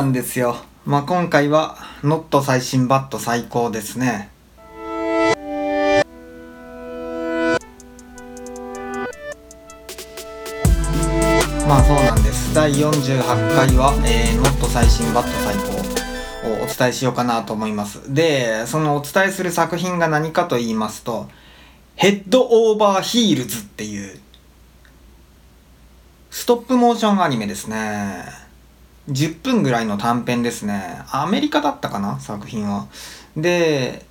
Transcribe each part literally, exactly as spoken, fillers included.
なんですよ。まあ今回はノット最新バット最高ですね。まあそうなんです。だいよんじゅうはちかいは、えー、ノット最新バット最高をお伝えしようかなと思います。で、そのお伝えする作品が何かと言いますと、ヘッドオーバーヒールズっていうストップモーションアニメですね。じゅっぷんぐらいの短編ですね。アメリカだったかな、作品は。で、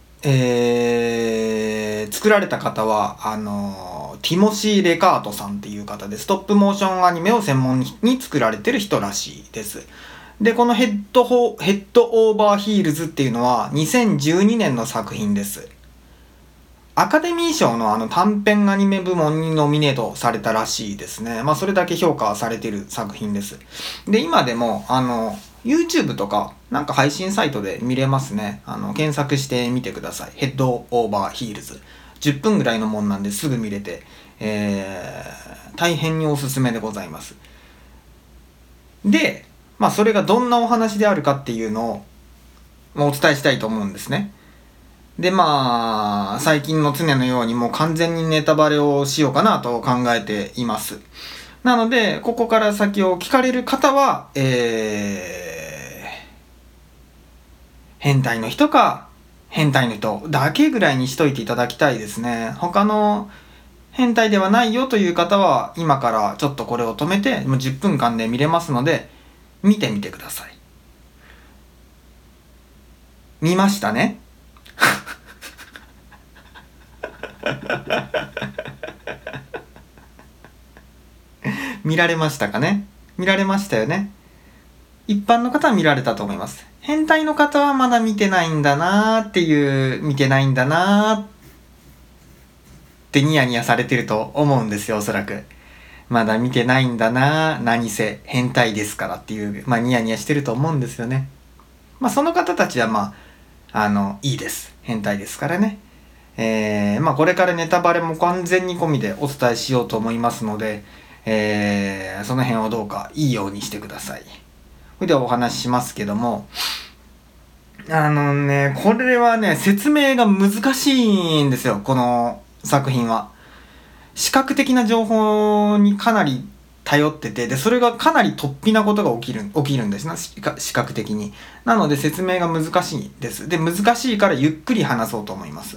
えー、作られた方は、あの、ティモシー・レカートさんっていう方で、ストップモーションアニメを専門に作られてる人らしいです。で、このヘッドホ、ヘッドオーバーヒールズっていうのはにせんじゅうにねんの作品です。アカデミー賞のあの短編アニメ部門にノミネートされたらしいですね。まあそれだけ評価されてる作品です。で、今でもあの YouTube とかなんか配信サイトで見れますね。あの検索してみてください。ヘッドオーバーヒールズ。じゅっぷんぐらいのもんなんですぐ見れて、えー、大変におすすめでございます。で、まあそれがどんなお話であるかっていうのをお伝えしたいと思うんですね。でまあ最近の常のようにもう完全にネタバレをしようかなと考えています。なのでここから先を聞かれる方はえー、変態の人か変態の人だけぐらいにしといていただきたいですね。他の変態ではないよという方は今からちょっとこれを止めてもうじゅっぷんかんで見れますので見てみてください。見ましたね見られましたかね。見られましたよね。一般の方は見られたと思います。変態の方はまだ見てないんだなーっていう見てないんだなーってニヤニヤされてると思うんですよ、おそらく。まだ見てないんだなー、何せ変態ですからっていうまあニヤニヤしてると思うんですよね。まあその方たちはまああのいいです、変態ですからね。えー、まあこれからネタバレも完全に込みでお伝えしようと思いますので、えー、その辺をどうかいいようにしてください。それではお話ししますけども、あのね、これはね、説明が難しいんですよ、この作品は。視覚的な情報にかなり頼ってて、で、それがかなり突飛なことが起きる、起きるんですな、視覚的に。なので説明が難しいです。で、難しいからゆっくり話そうと思います。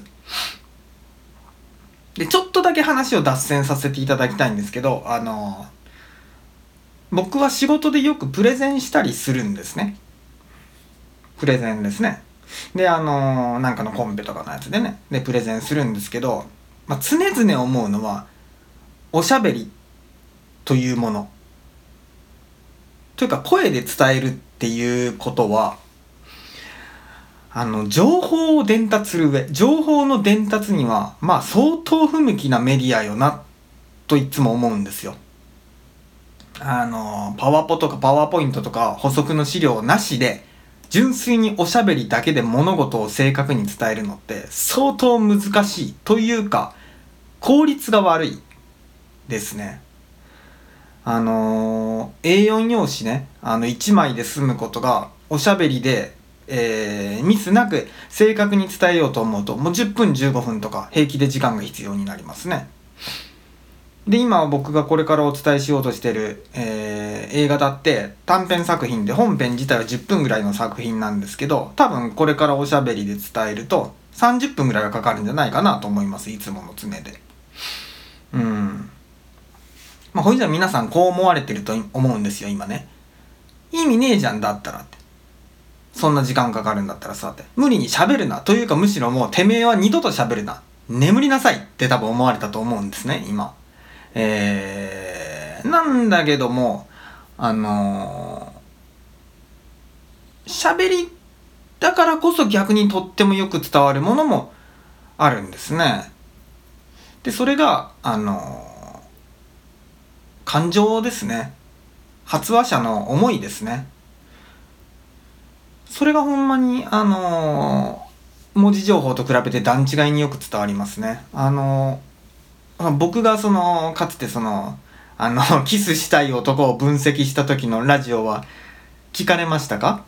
で、ちょっとだけ話を脱線させていただきたいんですけど、あの、僕は仕事でよくプレゼンしたりするんですね。プレゼンですね。で、あの、なんかのコンペとかのやつでね、で、プレゼンするんですけど、まあ、常々思うのは、おしゃべりというもの。というか、声で伝えるっていうことは、あの、情報を伝達する上、情報の伝達には、まあ、相当不向きなメディアよな、といつも思うんですよ。あの、パワポとかパワーポイントとか補足の資料なしで、純粋におしゃべりだけで物事を正確に伝えるのって相当難しいというか、効率が悪いですね。あのー、エーよん 用紙ね、あのいちまいで済むことがおしゃべりで、えー、ミスなく正確に伝えようと思うともうじゅっぷんじゅうごふんとか平気で時間が必要になりますね。で、今僕がこれからお伝えしようとしている、えー、映画だって短編作品で本編自体はじゅっぷんぐらいの作品なんですけど、多分これからおしゃべりで伝えるとさんじゅっぷんぐらいはかかるんじゃないかなと思います。いつもの常で。うん。まあ、ほいじゃ皆さんこう思われてると思うんですよ、今ね。意味ねえじゃんだったらって。そんな時間かかるんだったらさって。無理に喋るな。というかむしろもうてめえは二度と喋るな。眠りなさいって多分思われたと思うんですね、今。えー、なんだけども、あのー、喋りだからこそ逆にとってもよく伝わるものもあるんですね。で、それが、あのー、感情ですね。発話者の思いですね。それがほんまに、あのー、文字情報と比べて段違いによく伝わりますね。あのー、僕がその、かつてその、あの、キスしたい男を分析した時のラジオは、 聞かれましたか？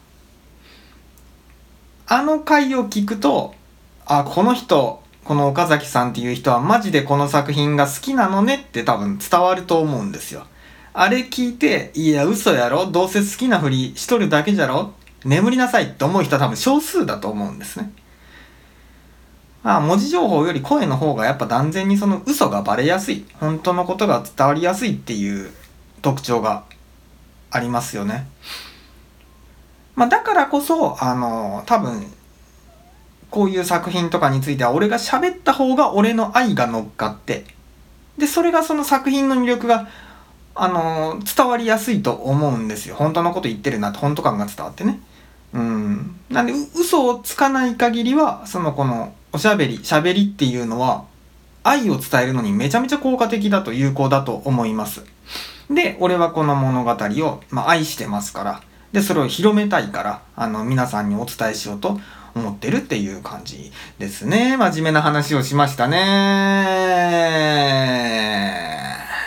あの回を聞くと、あ、この人、この岡崎さんっていう人はマジでこの作品が好きなのねって多分伝わると思うんですよ。あれ聞いて、いや嘘やろ、どうせ好きなふりしとるだけじゃろ、眠りなさいって思う人は多分少数だと思うんですね。まあ、文字情報より声の方がやっぱ断然にその嘘がバレやすい、本当のことが伝わりやすいっていう特徴がありますよね。まあ、だからこそあの多分こういう作品とかについては俺が喋った方が俺の愛が乗っかって、でそれがその作品の魅力があの伝わりやすいと思うんですよ。本当のこと言ってるなって本当感が伝わってね。うんなんで嘘をつかない限りはそのこのおしゃべりしゃべりっていうのは愛を伝えるのにめちゃめちゃ効果的だと有効だと思います。で俺はこの物語を、まあ、愛してますから、でそれを広めたいからあの皆さんにお伝えしようと思ってるっていう感じですね。真面目な話をしましたね。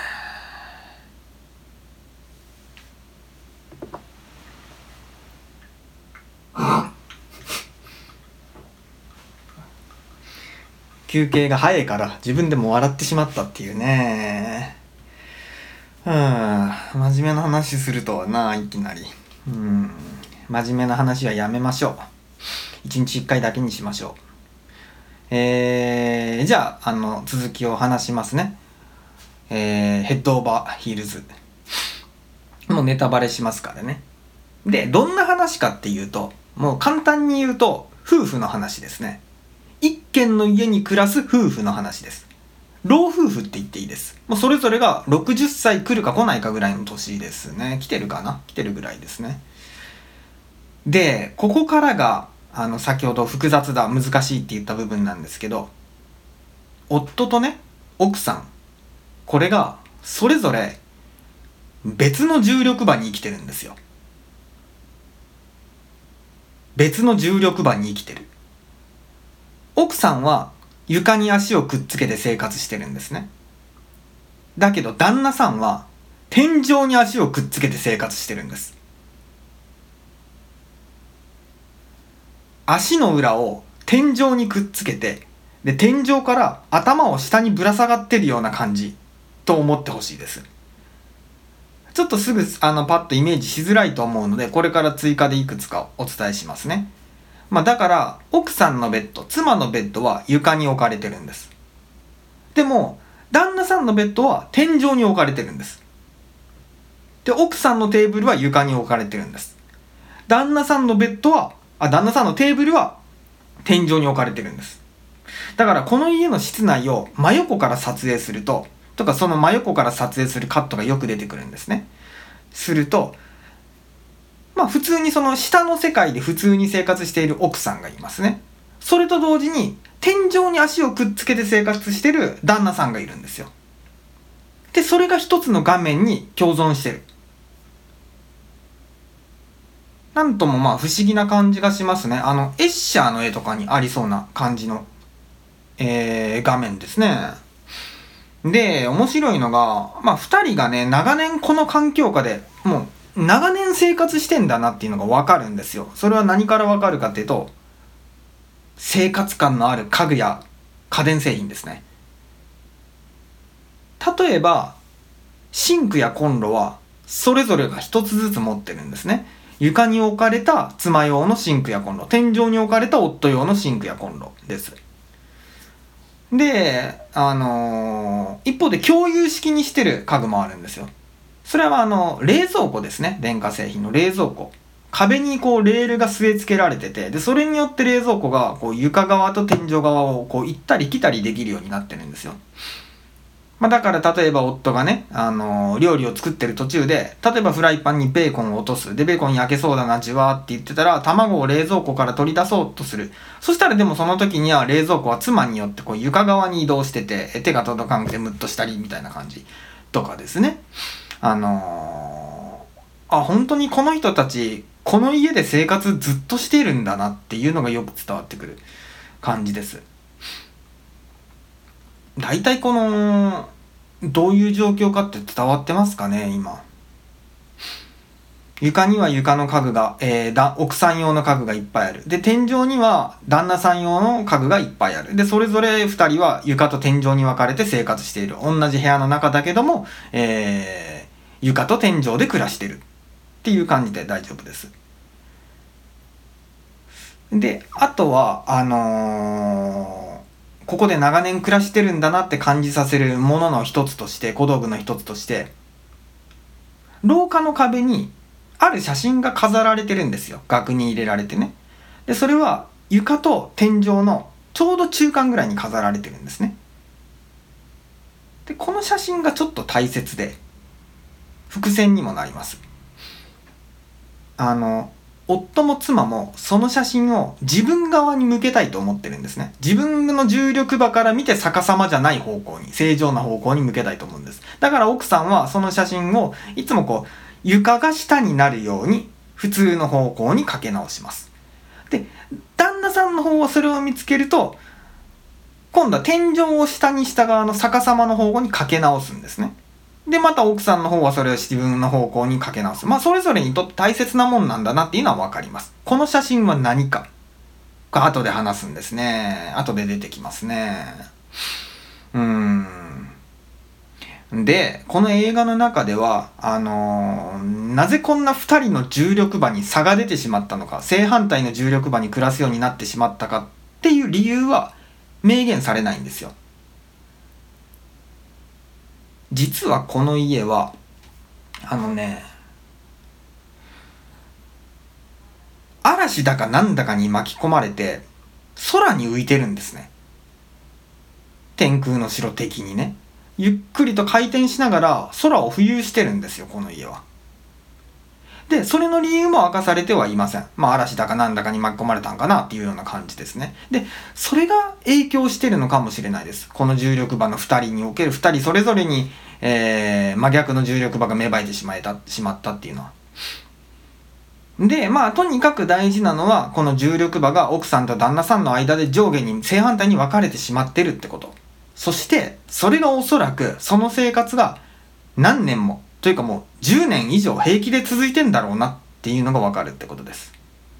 休憩が早いから自分でも笑ってしまったっていうね。うん、真面目な話するとはな、いきなり。うん、真面目な話はやめましょう。一日一回だけにしましょう。えー、じゃあ、あの、続きを話しますね。えー、ヘッドオーバーヒールズ。もうネタバレしますからね。で、どんな話かっていうと、もう簡単に言うと、夫婦の話ですね。一軒の家に暮らす夫婦の話です。老夫婦って言っていいです。もうそれぞれがろくじゅっさい来るか来ないかぐらいの年ですね。来てるかな？来てるぐらいですね。で、ここからが、あの、先ほど複雑だ、難しいって言った部分なんですけど、夫とね、奥さん、これが、それぞれ、別の重力場に生きてるんですよ。別の重力場に生きてる。奥さんは床に足をくっつけて生活してるんですね。だけど旦那さんは天井に足をくっつけて生活してるんです。足の裏を天井にくっつけて、で天井から頭を下にぶら下がってるような感じと思ってほしいです。ちょっとすぐあのパッとイメージしづらいと思うので、これから追加でいくつかお伝えしますね。まあだから奥さんのベッド、妻のベッドは床に置かれてるんです。でも旦那さんのベッドは天井に置かれてるんです。で奥さんのテーブルは床に置かれてるんです。旦那さんのベッドはあ旦那さんのテーブルは天井に置かれてるんです。だからこの家の室内を真横から撮影すると、とかその真横から撮影するカットがよく出てくるんですね。するとまあ普通にその下の世界で普通に生活している奥さんがいますね。それと同時に天井に足をくっつけて生活している旦那さんがいるんですよ。でそれが一つの画面に共存してる。なんともまあ不思議な感じがしますね。あのエッシャーの絵とかにありそうな感じの、えー、画面ですね。で面白いのが、まあ、ふたりがね長年この環境下でもう長年生活してんだなっていうのが分かるんですよ。それは何から分かるかっていうと、生活感のある家具や家電製品ですね。例えばシンクやコンロはそれぞれが一つずつ持ってるんですね。床に置かれた妻用のシンクやコンロ、天井に置かれた夫用のシンクやコンロです。で、あのー、一方で共有式にしてる家具もあるんですよ。それはあの冷蔵庫ですね。電化製品の冷蔵庫。壁にこうレールが据え付けられてて、でそれによって冷蔵庫がこう床側と天井側をこう行ったり来たりできるようになってるんですよ。まあ、だから例えば夫がね、あのー、料理を作ってる途中で、例えばフライパンにベーコンを落とす。で、ベーコン焼けそうだな、じわーって言ってたら、卵を冷蔵庫から取り出そうとする。そしたらでもその時には冷蔵庫は妻によってこう床側に移動してて、手が届かんくてムッとしたりみたいな感じとかですね。あのー、あ、本当にこの人たち、この家で生活ずっとしてるんだなっていうのがよく伝わってくる感じです。大体このどういう状況かって伝わってますかね今。 床には床の家具が、えー、だ奥さん用の家具がいっぱいある。で、天井には旦那さん用の家具がいっぱいある。で、それぞれふたりは床と天井に分かれて生活している。同じ部屋の中だけども、えー、床と天井で暮らしているっていう感じで大丈夫です。で、あとは、あのー、ここで長年暮らしてるんだなって感じさせるものの一つとして、小道具の一つとして、廊下の壁にある写真が飾られてるんですよ。額に入れられてね。で、それは床と天井のちょうど中間ぐらいに飾られてるんですね。で、この写真がちょっと大切で、伏線にもなります。あの、夫も妻もその写真を自分側に向けたいと思ってるんですね。自分の重力場から見て逆さまじゃない方向に、正常な方向に向けたいと思うんです。だから奥さんはその写真をいつもこう、床が下になるように普通の方向にかけ直します。で、旦那さんの方はそれを見つけると、今度は天井を下にした側の逆さまの方向にかけ直すんですね。で、また奥さんの方はそれを自分の方向にかけ直す。まあ、それぞれにとって大切なもんなんだなっていうのはわかります。この写真は何か。後で話すんですね。後で出てきますね。うーん。で、この映画の中では、あのー、なぜこんな二人の重力場に差が出てしまったのか、正反対の重力場に暮らすようになってしまったかっていう理由は明言されないんですよ。実はこの家は、あのね、嵐だかなんだかに巻き込まれて、空に浮いてるんですね。天空の城的にね。ゆっくりと回転しながら空を浮遊してるんですよ、この家は。で、それの理由も明かされてはいません。まあ、嵐だかなんだかに巻き込まれたんかなっていうような感じですね。で、それが影響してるのかもしれないです。この重力場のふたりにおけるふたりそれぞれに、えー、真逆の重力場が芽生えてしまえた、しまったっていうのは。で、まあ、とにかく大事なのは、この重力場が奥さんと旦那さんの間で上下に正反対に分かれてしまってるってこと。そして、それがおそらく、その生活が何年も、というかもうじゅうねん以上平気で続いてんだろうなっていうのが分かるってことです。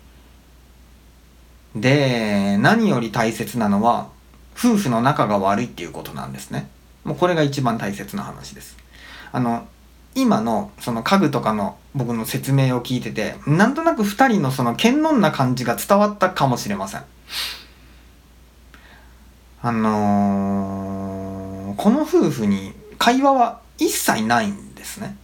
で、何より大切なのは、夫婦の仲が悪いっていうことなんですね。もうこれが一番大切な話です。あの、今のその家具とかの僕の説明を聞いてて、なんとなく二人のその堅穏な感じが伝わったかもしれません。あのー、この夫婦に会話は一切ないんですね。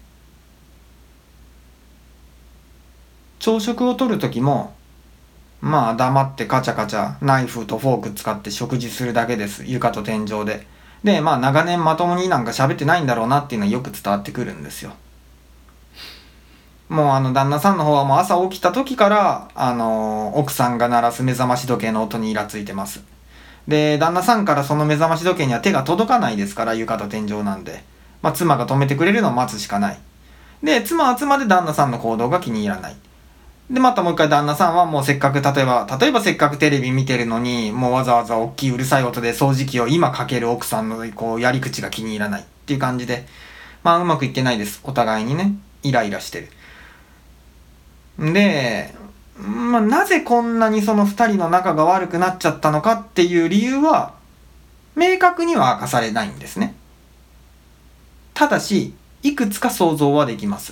朝食をとるときも、まあ黙ってカチャカチャナイフとフォーク使って食事するだけです。床と天井で。で、まあ長年まともになんか喋ってないんだろうなっていうのはよく伝わってくるんですよ。もうあの旦那さんの方はもう朝起きた時から、あのー、奥さんが鳴らす目覚まし時計の音にイラついてます。で、旦那さんからその目覚まし時計には手が届かないですから、床と天井なんで。まあ、妻が止めてくれるのを待つしかない。で、妻は妻で旦那さんの行動が気に入らない。で、またもう一回旦那さんはもうせっかく、例えば、例えばせっかくテレビ見てるのに、もうわざわざ大きいうるさい音で掃除機を今かける奥さんのこうやり口が気に入らないっていう感じで、まあうまくいってないです。お互いにね、イライラしてる。で、まあ、なぜこんなにその二人の仲が悪くなっちゃったのかっていう理由は明確には明かされないんですね。ただしいくつか想像はできます。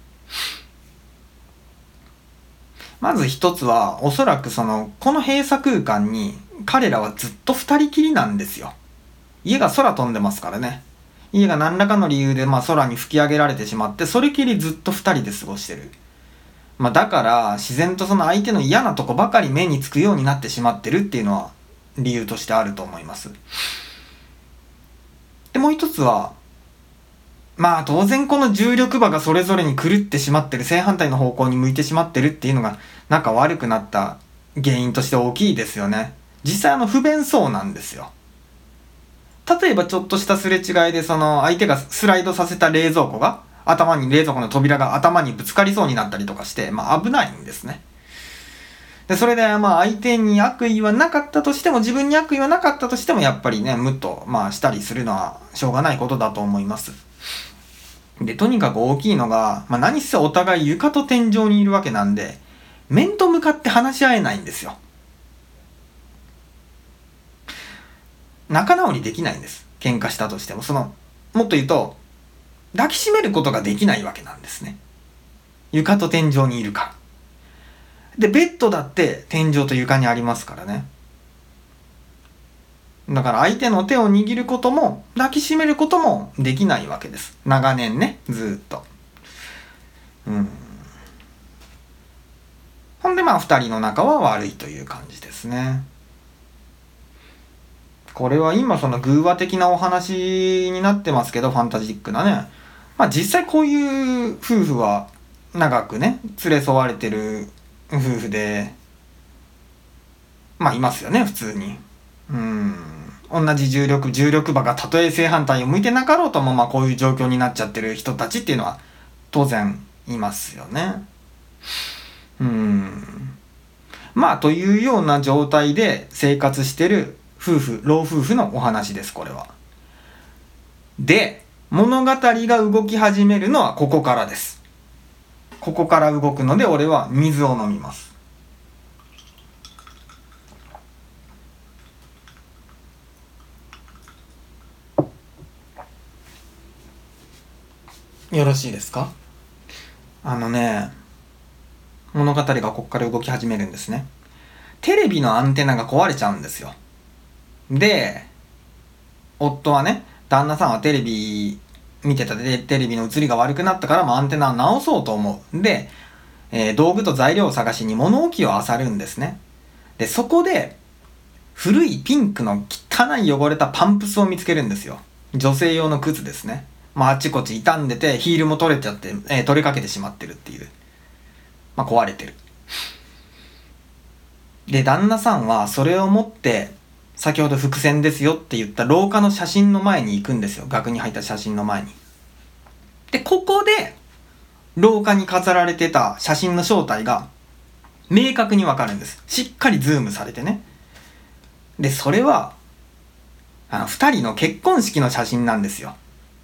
まず一つは、おそらくそのこの閉鎖空間に彼らはずっと二人きりなんですよ。家が空飛んでますからね。家が何らかの理由でまあ空に吹き上げられてしまって、それきりずっと二人で過ごしてる。まあ、だから自然とその相手の嫌なとこばかり目につくようになってしまってるっていうのは理由としてあると思います。で、もう一つは、まあ当然この重力場がそれぞれに狂ってしまってる、正反対の方向に向いてしまってるっていうのが仲悪くなった原因として大きいですよね。実際あの不便そうなんですよ。例えばちょっとしたすれ違いでその相手がスライドさせた冷蔵庫が頭に、冷蔵庫の扉が頭にぶつかりそうになったりとかして、まあ危ないんですね。で、それでまあ相手に悪意はなかったとしても、自分に悪意はなかったとしても、やっぱりね、ムッとまあしたりするのはしょうがないことだと思います。 で、とにかく大きいのが、まあ、何せお互い床と天井にいるわけなんで、面と向かって話し合えないんですよ。仲直りできないんです。喧嘩したとしても。その、もっと言うと、抱きしめることができないわけなんですね。床と天井にいるから。で、ベッドだって天井と床にありますからね。だから相手の手を握ることも抱きしめることもできないわけです。長年ね、ずっと。うん。ほんでまあ二人の仲は悪いという感じですね。これは今その偶話的なお話になってますけど、ファンタジックなね。まあ実際こういう夫婦は長くね、連れ添われてる夫婦で、まあいますよね、普通に。うん。同じ重力、重力場がたとえ正反対を向いてなかろうとも、まあこういう状況になっちゃってる人たちっていうのは当然いますよね。うん。まあというような状態で生活してる夫婦、老夫婦のお話です、これは。で、物語が動き始めるのはここからです。ここから動くので俺は水を飲みます。よろしいですか？あのね、物語がここから動き始めるんですね。テレビのアンテナが壊れちゃうんですよ。で、夫はね、旦那さんはテレビ見てたで、テレビの映りが悪くなったから、まあ、アンテナを直そうと思う。で、えー道具と材料を探しに物置を漁るんですね。で、そこで、古いピンクの汚い汚れたパンプスを見つけるんですよ。女性用の靴ですね。まあ、あっちこっち傷んでて、ヒールも取れちゃって、えー取れかけてしまってるっていう。まあ、壊れてる。で、旦那さんはそれを持って、先ほど伏線ですよって言った廊下の写真の前に行くんですよ。額に入った写真の前に。で、ここで、廊下に飾られてた写真の正体が、明確にわかるんです。しっかりズームされてね。で、それは、あの、二人の結婚式の写真なんですよ。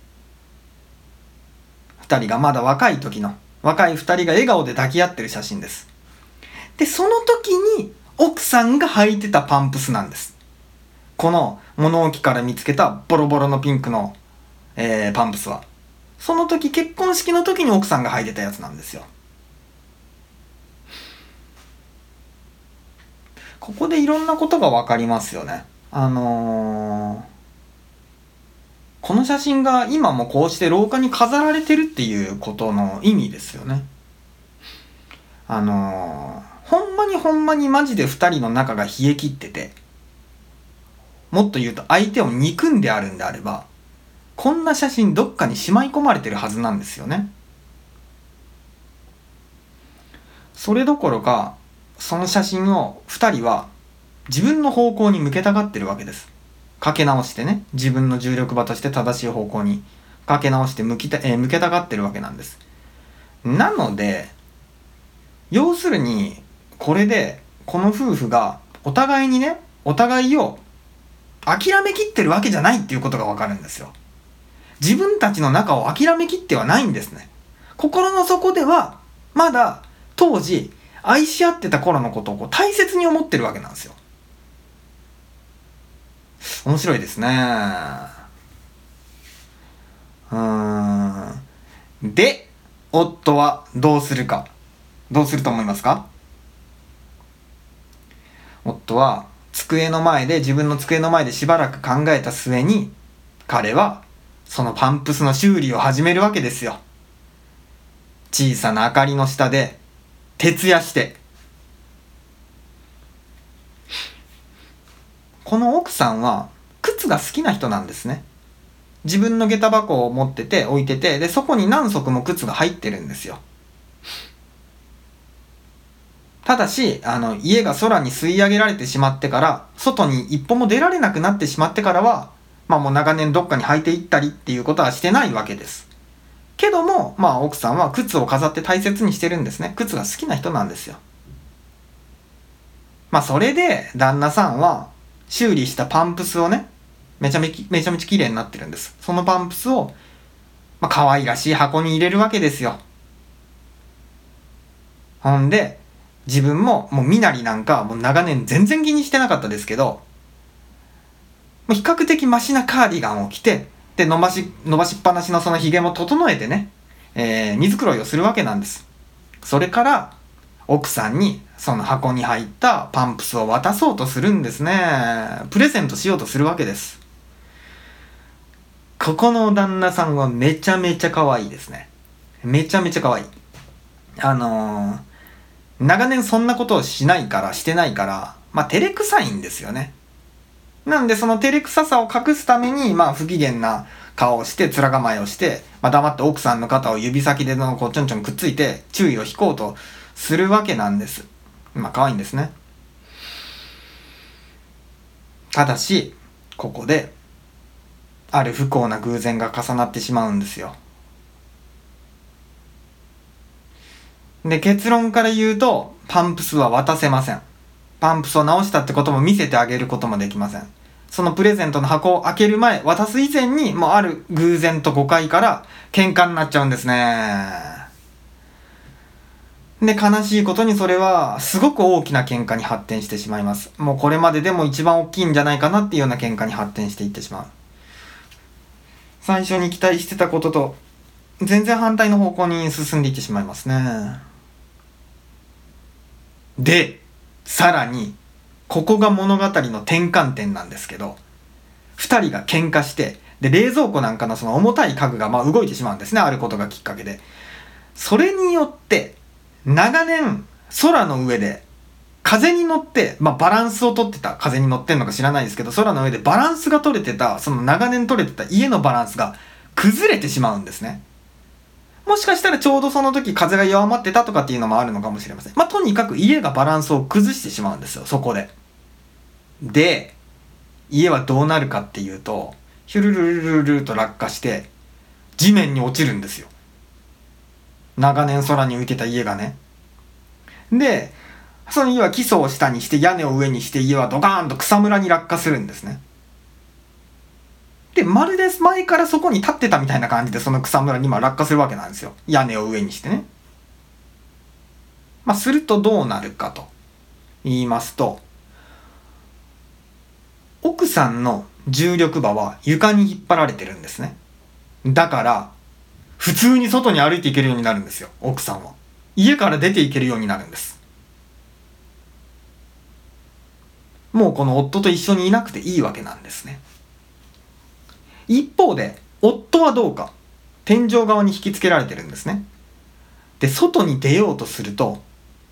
二人がまだ若い時の、若い二人が笑顔で抱き合ってる写真です。で、その時に、奥さんが履いてたパンプスなんです。この物置から見つけたボロボロのピンクの、えー、パンプスは。その時、結婚式の時に奥さんが履いてたやつなんですよ。ここでいろんなことがわかりますよね。あのー、この写真が今もこうして廊下に飾られてるっていうことの意味ですよね。あのー、ほんまにほんまにマジで二人の仲が冷え切ってて、もっと言うと相手を憎んであるんであれば、こんな写真どっかにしまい込まれてるはずなんですよね。それどころか、その写真を二人は自分の方向に向けたがってるわけです。かけ直してね、自分の重力場として正しい方向にかけ直して向きた、えー、向けたがってるわけなんです。なので、要するに、これで、この夫婦がお互いにね、お互いを諦めきってるわけじゃないっていうことがわかるんですよ。自分たちの仲を諦めきってはないんですね。心の底では、まだ当時愛し合ってた頃のことをこう大切に思ってるわけなんですよ。面白いですね。うーん。で、夫はどうするか。どうすると思いますか？夫は机の前で、自分の机の前でしばらく考えた末に、彼はそのパンプスの修理を始めるわけですよ。小さな明かりの下で、徹夜して。この奥さんは靴が好きな人なんですね。自分の下駄箱を持ってて置いてて、で、そこに何足も靴が入ってるんですよ。ただし、あの、家が空に吸い上げられてしまってから、外に一歩も出られなくなってしまってからは、まあもう長年どっかに履いていったりっていうことはしてないわけです。けども、まあ奥さんは靴を飾って大切にしてるんですね。靴が好きな人なんですよ。まあそれで、旦那さんは修理したパンプスをね、めちゃめちゃめちゃめちゃ綺麗になってるんです。そのパンプスをまあ、可愛らしい箱に入れるわけですよ。ほんで、自分ももう身なりなんかもう長年全然気にしてなかったですけど、もう比較的マシなカーディガンを着て、で、伸ばし、伸ばしっぱなしのその髭も整えてね、えー、荷造りをするわけなんです。それから、奥さんにその箱に入ったパンプスを渡そうとするんですね。プレゼントしようとするわけです。ここの旦那さんはめちゃめちゃ可愛いですね。めちゃめちゃ可愛い。あのー、長年そんなことをしないから、してないから、まあ、照れくさいんですよね。なんでその照れくささを隠すために、まあ、不機嫌な顔をして、面構えをして、まあ、黙って奥さんの肩を指先でのこうちょんちょんくっついて、注意を引こうとするわけなんです。まあ、可愛いんですね。ただし、ここで、ある不幸な偶然が重なってしまうんですよ。で、結論から言うと、パンプスは渡せません。パンプスを直したってことも見せてあげることもできません。そのプレゼントの箱を開ける前、渡す以前に、もうある偶然と誤解から喧嘩になっちゃうんですね。で、悲しいことにそれは、すごく大きな喧嘩に発展してしまいます。もうこれまででも一番大きいんじゃないかなっていうような喧嘩に発展していってしまう。最初に期待してたことと、全然反対の方向に進んでいってしまいますね。で、さらに、ここが物語の転換点なんですけど、二人が喧嘩して、で、冷蔵庫なんかのその重たい家具がまあ動いてしまうんですね、あることがきっかけで。それによって、長年、空の上で、風に乗って、まあバランスをとってた、風に乗ってんのか知らないですけど、空の上でバランスが取れてた、その長年取れてた家のバランスが崩れてしまうんですね。もしかしたらちょうどその時風が弱まってたとかっていうのもあるのかもしれません。まあ、とにかく家がバランスを崩してしまうんですよ、そこで。で、家はどうなるかっていうと、ヒュルルルルルルと落下して、地面に落ちるんですよ。長年空に浮いてた家がね。で、その家は基礎を下にして屋根を上にして家はドカーンと草むらに落下するんですね。で、まるで前からそこに立ってたみたいな感じでその草むらに今落下するわけなんですよ。屋根を上にしてね。まあ、するとどうなるかと言いますと、奥さんの重力場は床に引っ張られてるんですね。だから、普通に外に歩いていけるようになるんですよ、奥さんは。家から出ていけるようになるんです。もうこの夫と一緒にいなくていいわけなんですね。一方で、夫はどうか。天井側に引きつけられてるんですね。で、外に出ようとすると、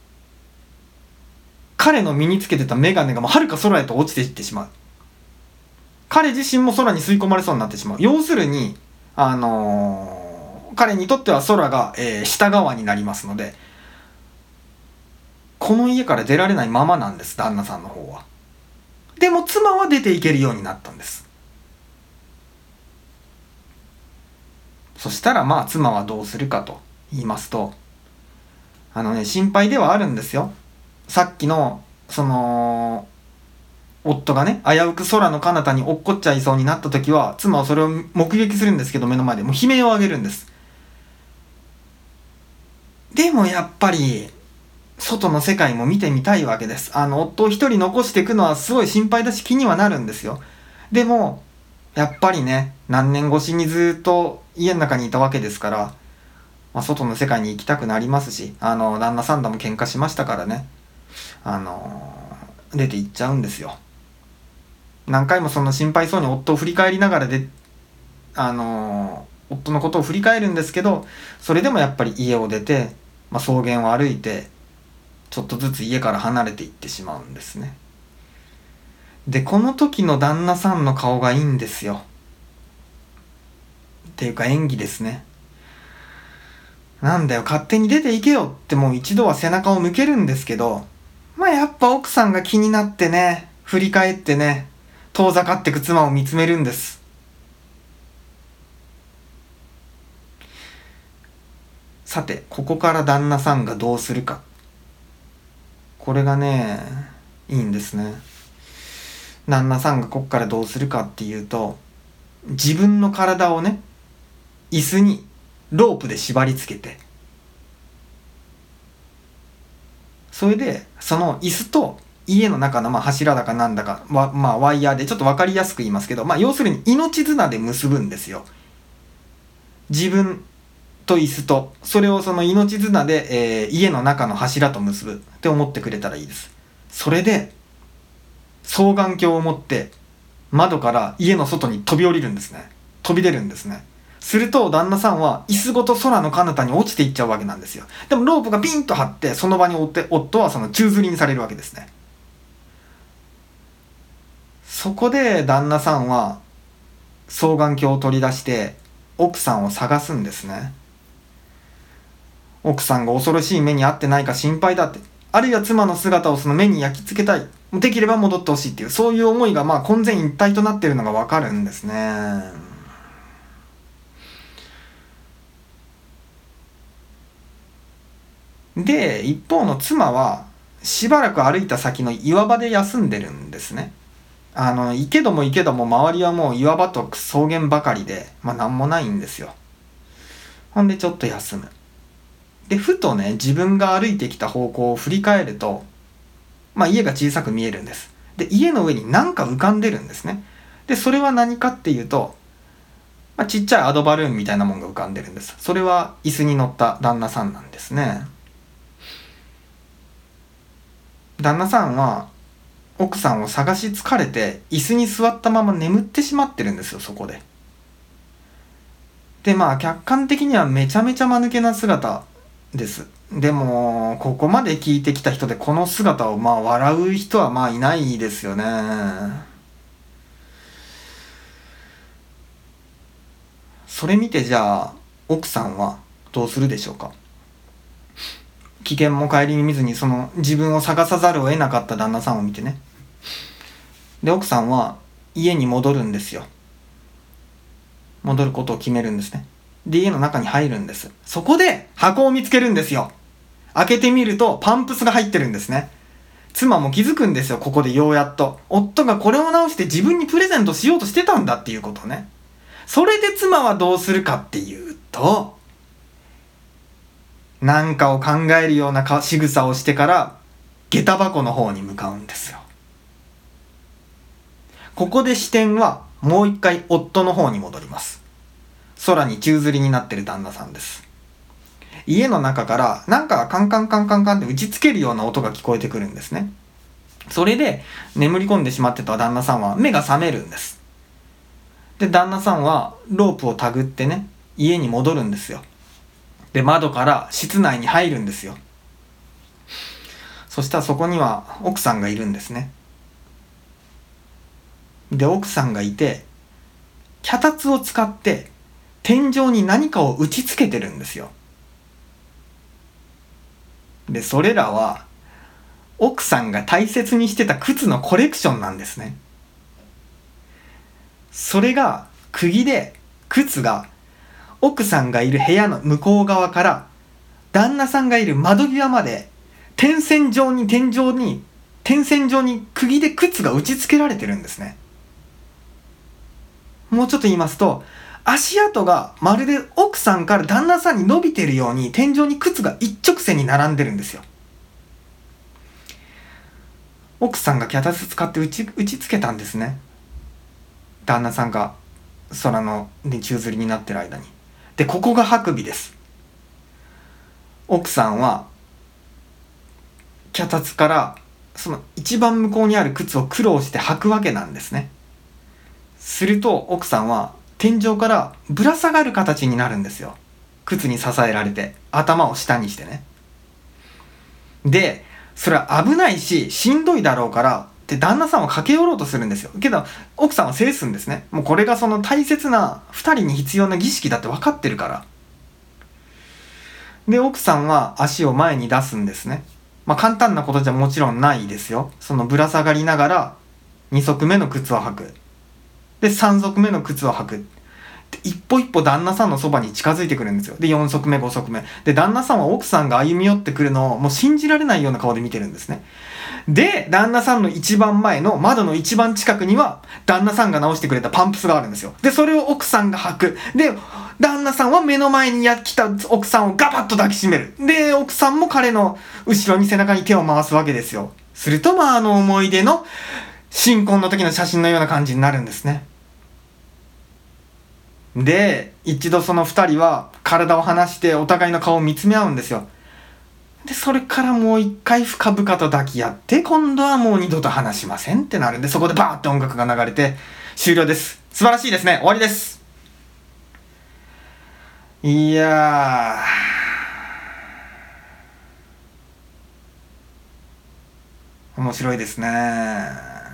彼の身につけてたメガネがもうはるか空へと落ちていってしまう。彼自身も空に吸い込まれそうになってしまう。要するに、あのー、彼にとっては空が、えー、下側になりますので、この家から出られないままなんです、旦那さんの方は。でも妻は出ていけるようになったんです。そしたらまあ妻はどうするかと言いますと、あのね、心配ではあるんですよ。さっきの、その、夫がね、危うく空の彼方に落っこっちゃいそうになった時は、妻はそれを目撃するんですけど、目の前でもう悲鳴を上げるんです。でもやっぱり、外の世界も見てみたいわけです。あの、夫を一人残していくのはすごい心配だし気にはなるんですよ。でも、やっぱりね、何年越しにずっと家の中にいたわけですから、まあ、外の世界に行きたくなりますし、あの、旦那さんとも喧嘩しましたからね、あの、出て行っちゃうんですよ。何回もその心配そうに夫を振り返りながらで、あの、夫のことを振り返るんですけど、それでもやっぱり家を出て、まあ、草原を歩いて、ちょっとずつ家から離れていってしまうんですね。で、この時の旦那さんの顔がいいんですよ。っていうか演技ですね。なんだよ、勝手に出ていけよってもう一度は背中を向けるんですけど、まあやっぱ奥さんが気になってね、振り返ってね、遠ざかってく妻を見つめるんです。さて、ここから旦那さんがどうするか。これがね、いいんですね。旦那さんがここからどうするかっていうと、自分の体をね、 椅子にロープで縛り付けて、それでその椅子と家の中のまあ柱だかなんだか、まあ、ワイヤーでちょっと分かりやすく言いますけど、まあ、要するに命綱で結ぶんですよ。自分と椅子と、それをその命綱で、えー、家の中の柱と結ぶって思ってくれたらいいです。それで双眼鏡を持って窓から家の外に飛び降りるんですね。飛び出るんですね。すると旦那さんは椅子ごと空の彼方に落ちていっちゃうわけなんですよ。でもロープがピンと張って、その場におって夫はその宙吊りにされるわけですね。そこで旦那さんは双眼鏡を取り出して奥さんを探すんですね。奥さんが恐ろしい目に遭ってないか心配だって、あるいは妻の姿をその目に焼き付けたい、できれば戻ってほしいっていう、そういう思いがまあ混然一体となっているのがわかるんですね。で一方の妻はしばらく歩いた先の岩場で休んでるんですね。あの行けども行けども周りはもう岩場と草原ばかりで、まあ何もないんですよ。ほんでちょっと休む。でふとね、自分が歩いてきた方向を振り返ると、まあ家が小さく見えるんです。で家の上に何か浮かんでるんですね。でそれは何かっていうと、まあ、ちっちゃいアドバルーンみたいなもんが浮かんでるんです。それは椅子に乗った旦那さんなんですね。旦那さんは奥さんを探し疲れて椅子に座ったまま眠ってしまってるんですよ、そこで。でまあ客観的にはめちゃめちゃ間抜けな姿です。でもここまで聞いてきた人でこの姿をまあ笑う人はまあいないですよね。それ見てじゃあ奥さんはどうするでしょうか。危険も顧みずにその自分を探さざるを得なかった旦那さんを見てね。で奥さんは家に戻るんですよ。戻ることを決めるんですね。で家の中に入るんです。そこで箱を見つけるんですよ。開けてみるとパンプスが入ってるんですね。妻も気づくんですよ。ここでようやっと夫がこれを直して自分にプレゼントしようとしてたんだっていうことをね。それで妻はどうするかっていうと、何かを考えるような仕草をしてから下駄箱の方に向かうんですよ。ここで視点はもう一回夫の方に戻ります。空に宙吊りになってる旦那さんです。家の中からなんかカンカンカンカンカンって打ちつけるような音が聞こえてくるんですね。それで眠り込んでしまってた旦那さんは目が覚めるんです。で旦那さんはロープをたぐってね、家に戻るんですよ。で窓から室内に入るんですよ。そしたらそこには奥さんがいるんですね。で奥さんがいて脚立を使って天井に何かを打ちつけてるんですよ。でそれらは奥さんが大切にしてた靴のコレクションなんですね。それが釘で、靴が奥さんがいる部屋の向こう側から旦那さんがいる窓際まで点線状に天井に点線状に釘で靴が打ち付けられてるんですね。もうちょっと言いますと、足跡がまるで奥さんから旦那さんに伸びているように天井に靴が一直線に並んでるんですよ。奥さんが脚立使って打ち、打ちつけたんですね。旦那さんが空の宙吊りになってる間に。でここがハクビです。奥さんは脚立からその一番向こうにある靴を苦労して履くわけなんですね。すると奥さんは天井からぶら下がる形になるんですよ。靴に支えられて頭を下にしてね。でそれは危ないししんどいだろうからって旦那さんは駆け寄ろうとするんですよ。けど奥さんは制すんですね。もうこれがその大切なふたりに必要な儀式だって分かってるから。で奥さんは足を前に出すんですね。まあ簡単なことじゃもちろんないですよ。そのぶら下がりながらに足目の靴を履く。でさん足目の靴を履く。で一歩一歩旦那さんのそばに近づいてくるんですよ。でよん足目ご足目で旦那さんは奥さんが歩み寄ってくるのをもう信じられないような顔で見てるんですね。 で、旦那さんの一番前の窓の一番近くには、旦那さんが直してくれたパンプスがあるんですよ。で、それを奥さんが履く。で、旦那さんは目の前にや来た奥さんをガバッと抱きしめる。で、奥さんも彼の後ろに背中に手を回すわけですよ。すると、まあ、あの思い出の新婚の時の写真のような感じになるんですね。で、一度その二人は体を離してお互いの顔を見つめ合うんですよ。で、それからもう一回深々と抱き合って、今度はもう二度と話しませんってなるんで、そこでバーって音楽が流れて終了です。素晴らしいですね。終わりです。いやー、面白いですね。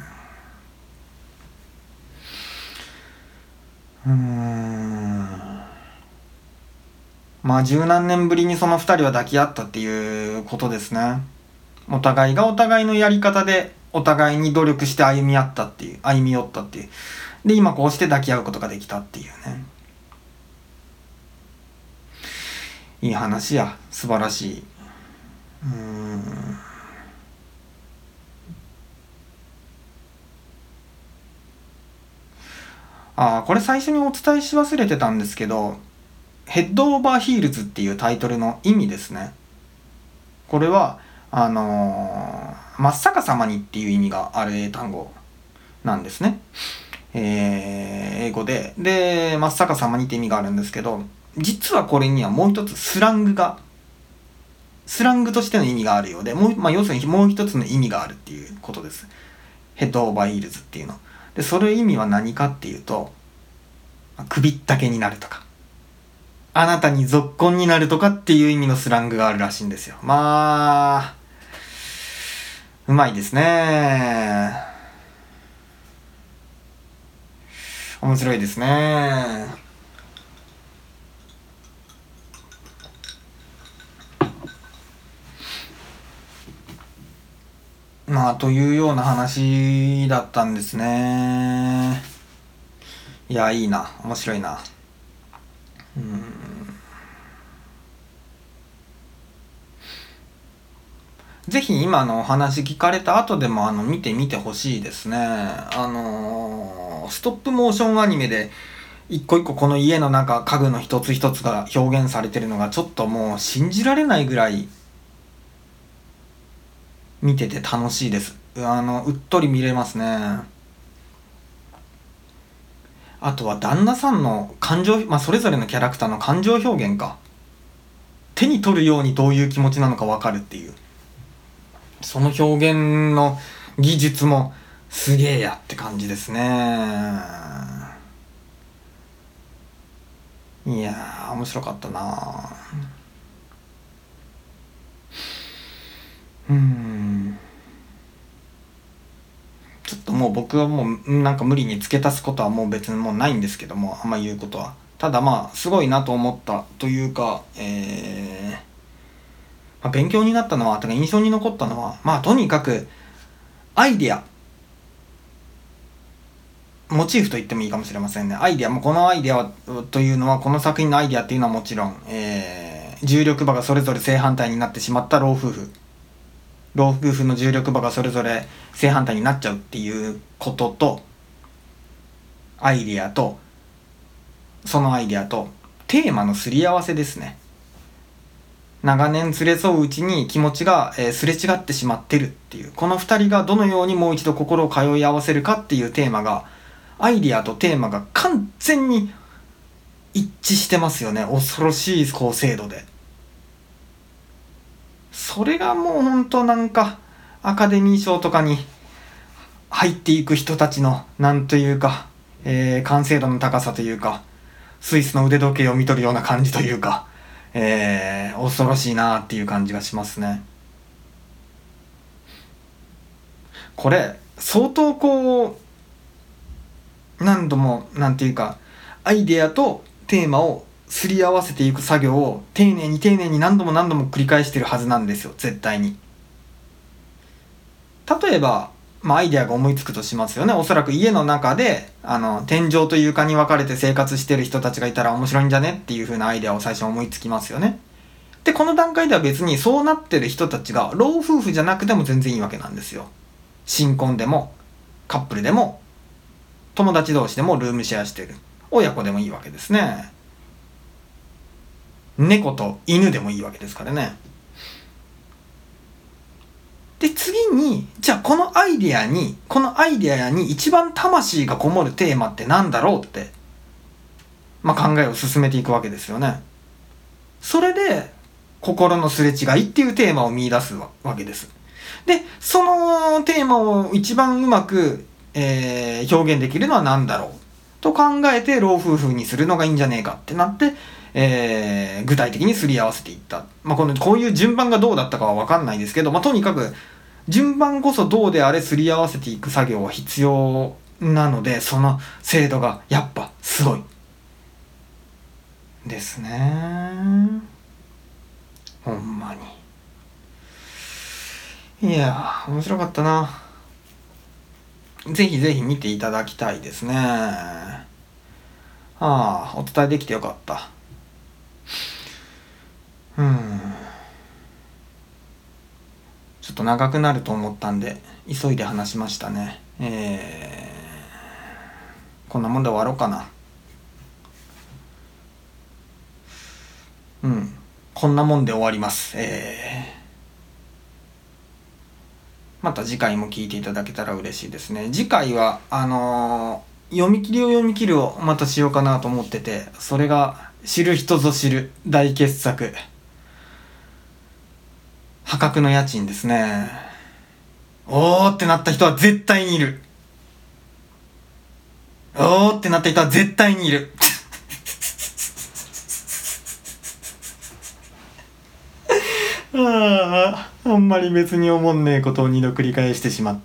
うーん。まあ十何年ぶりにその二人は抱き合ったっていうことですね。お互いがお互いのやり方でお互いに努力して歩み合ったっていう、歩み寄ったっていう。で、今こうして抱き合うことができたっていうね。いい話や。素晴らしい。うーん。ああ、これ最初にお伝えし忘れてたんですけど、ヘッドオーバーヒールズっていうタイトルの意味ですね。これは、あのー、真っ逆さまにっていう意味がある英単語なんですね。えー、英語で。で、真っ逆さまにって意味があるんですけど、実はこれにはもう一つスラングが、スラングとしての意味があるようで、もう、まあ、要するにもう一つの意味があるっていうことです。ヘッドオーバーヒールズっていうの。で、それ意味は何かっていうと、首ったけになるとか、あなたにぞっこんになるとかっていう意味のスラングがあるらしいんですよ。まあ、うまいですね。面白いですね。まあ、というような話だったんですね。いや、いいな。面白いな。うーん。ぜひ今のお話聞かれた後でもあの見てみてほしいですね。あのー、ストップモーションアニメで一個一個この家の中家具の一つ一つが表現されてるのがちょっともう信じられないぐらい見てて楽しいです。あのうっとり見れますね。あとは旦那さんの感情、まあ、それぞれのキャラクターの感情表現か、手に取るようにどういう気持ちなのか分かるっていう、その表現の技術もすげえやって感じですね。いやー、面白かったな。うーん。ちょっともう僕はもうなんか無理に付け足すことはもう別にもうないんですけども、あんま言うことは。ただまあ、すごいなと思ったというか、えー、まあ、勉強になったのは、とか印象に残ったのは、まあとにかく、アイデア。モチーフと言ってもいいかもしれませんね。アイデア、もうこのアイデアというのは、この作品のアイデアっていうのはもちろん、えー、重力場がそれぞれ正反対になってしまった老夫婦。老夫婦の重力場がそれぞれ正反対になっちゃうっていうことと、アイデアと、そのアイデアと、テーマのすり合わせですね。長年連れ添ううちに気持ちが、えー、すれ違ってしまってるっていう、この二人がどのようにもう一度心を通い合わせるかっていうテーマが、アイディアとテーマが完全に一致してますよね。恐ろしい高精度で。それがもうほんとなんかアカデミー賞とかに入っていく人たちのなんというか、えー、完成度の高さというか、スイスの腕時計を見とるような感じというか、えー、恐ろしいなっていう感じがしますね。これ相当こう何度もなんていうかアイデアとテーマをすり合わせていく作業を丁寧に丁寧に何度も何度も繰り返してるはずなんですよ、絶対に。例えば、まあ、アイデアが思いつくとしますよね。おそらく家の中であの天井と床に分かれて生活してる人たちがいたら面白いんじゃねっていう風なアイデアを最初思いつきますよね。 でこの段階では別にそうなってる人たちが老夫婦じゃなくても全然いいわけなんですよ。新婚でもカップルでも友達同士でもルームシェアしてる親子でもいいわけですね。猫と犬でもいいわけですからね。で次にじゃあこのアイデアにこのアイデアに一番魂がこもるテーマってなんだろうって、まあ、考えを進めていくわけですよね。それで心のすれ違いっていうテーマを見出すわけです。でそのテーマを一番うまく、えー、表現できるのは何だろうと考えて老夫婦にするのがいいんじゃねえかってなって、えー、具体的にすり合わせていった。まあ、このこういう順番がどうだったかは分かんないですけど、まあ、とにかく順番こそどうであれすり合わせていく作業は必要なので、その精度がやっぱすごいですね。ほんまに。いやー面白かったな。ぜひぜひ見ていただきたいですね。ああ、お伝えできてよかった。うん。ちょっと長くなると思ったんで急いで話しましたね。えー、こんなもんで終わろうかな。うん、こんなもんで終わります。えー、また次回も聞いていただけたら嬉しいですね。次回はあのー、読み切りを読み切るをまたしようかなと思ってて、それが知る人ぞ知る大傑作、破格の家賃ですね。おーってなった人は絶対にいる。おーってなった人は絶対にいる。ああ、あんまり別に思んねえことを二度繰り返してしまった。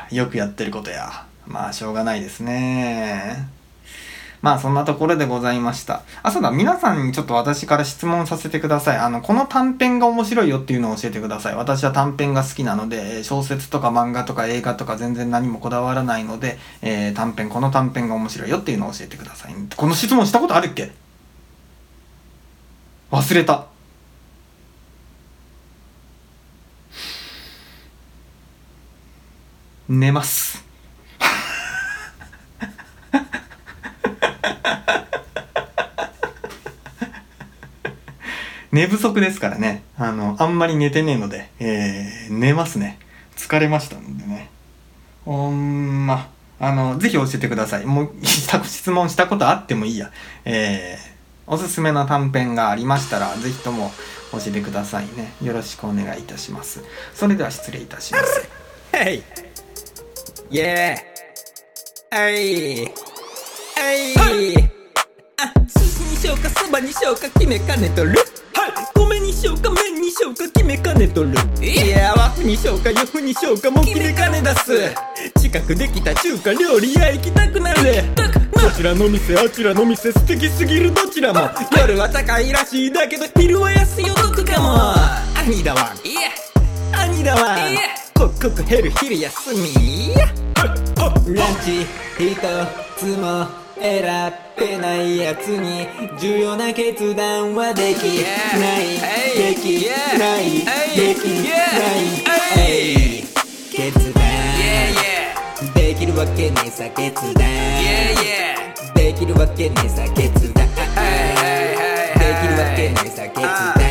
よくやってることや。まあしょうがないですね。まあそんなところでございました。あ、そうだ、皆さんにちょっと私から質問させてください。あの、この短編が面白いよっていうのを教えてください。私は短編が好きなので、小説とか漫画とか映画とか全然何もこだわらないので、えー、短編、この短編が面白いよっていうのを教えてください。この質問したことあるっけ？忘れた。寝ます。寝不足ですからね。あの、あんまり寝てねえので、えー、寝ますね。疲れましたのでね。ほんま、あの、ぜひ教えてください。もう、質問したことあってもいいや。えー、おすすめの短編がありましたら、ぜひとも教えてくださいね。よろしくお願いいたします。それでは失礼いたします。 はい。イェーはい。はい。あ、寿司にしようか、そばにしようか、決めかねとる。はい。米にしようか、麺にしようか、決めかねとる。いや、和風にしようか、洋風にしようか、もう決めかねだす。近くできた中華料理屋行きたくなる。こちらの店、あちらの店、素敵すぎるどちらも。夜は高いらしいだけど、昼は安いお得かも。兄だわ。いや。兄だわ。いや。刻々減る昼休み。ランチ一つも選べないやつに重要な決断はできないできないできない決断できるわけねえさ決断できるわけねえさ決断できるわけねえさ決断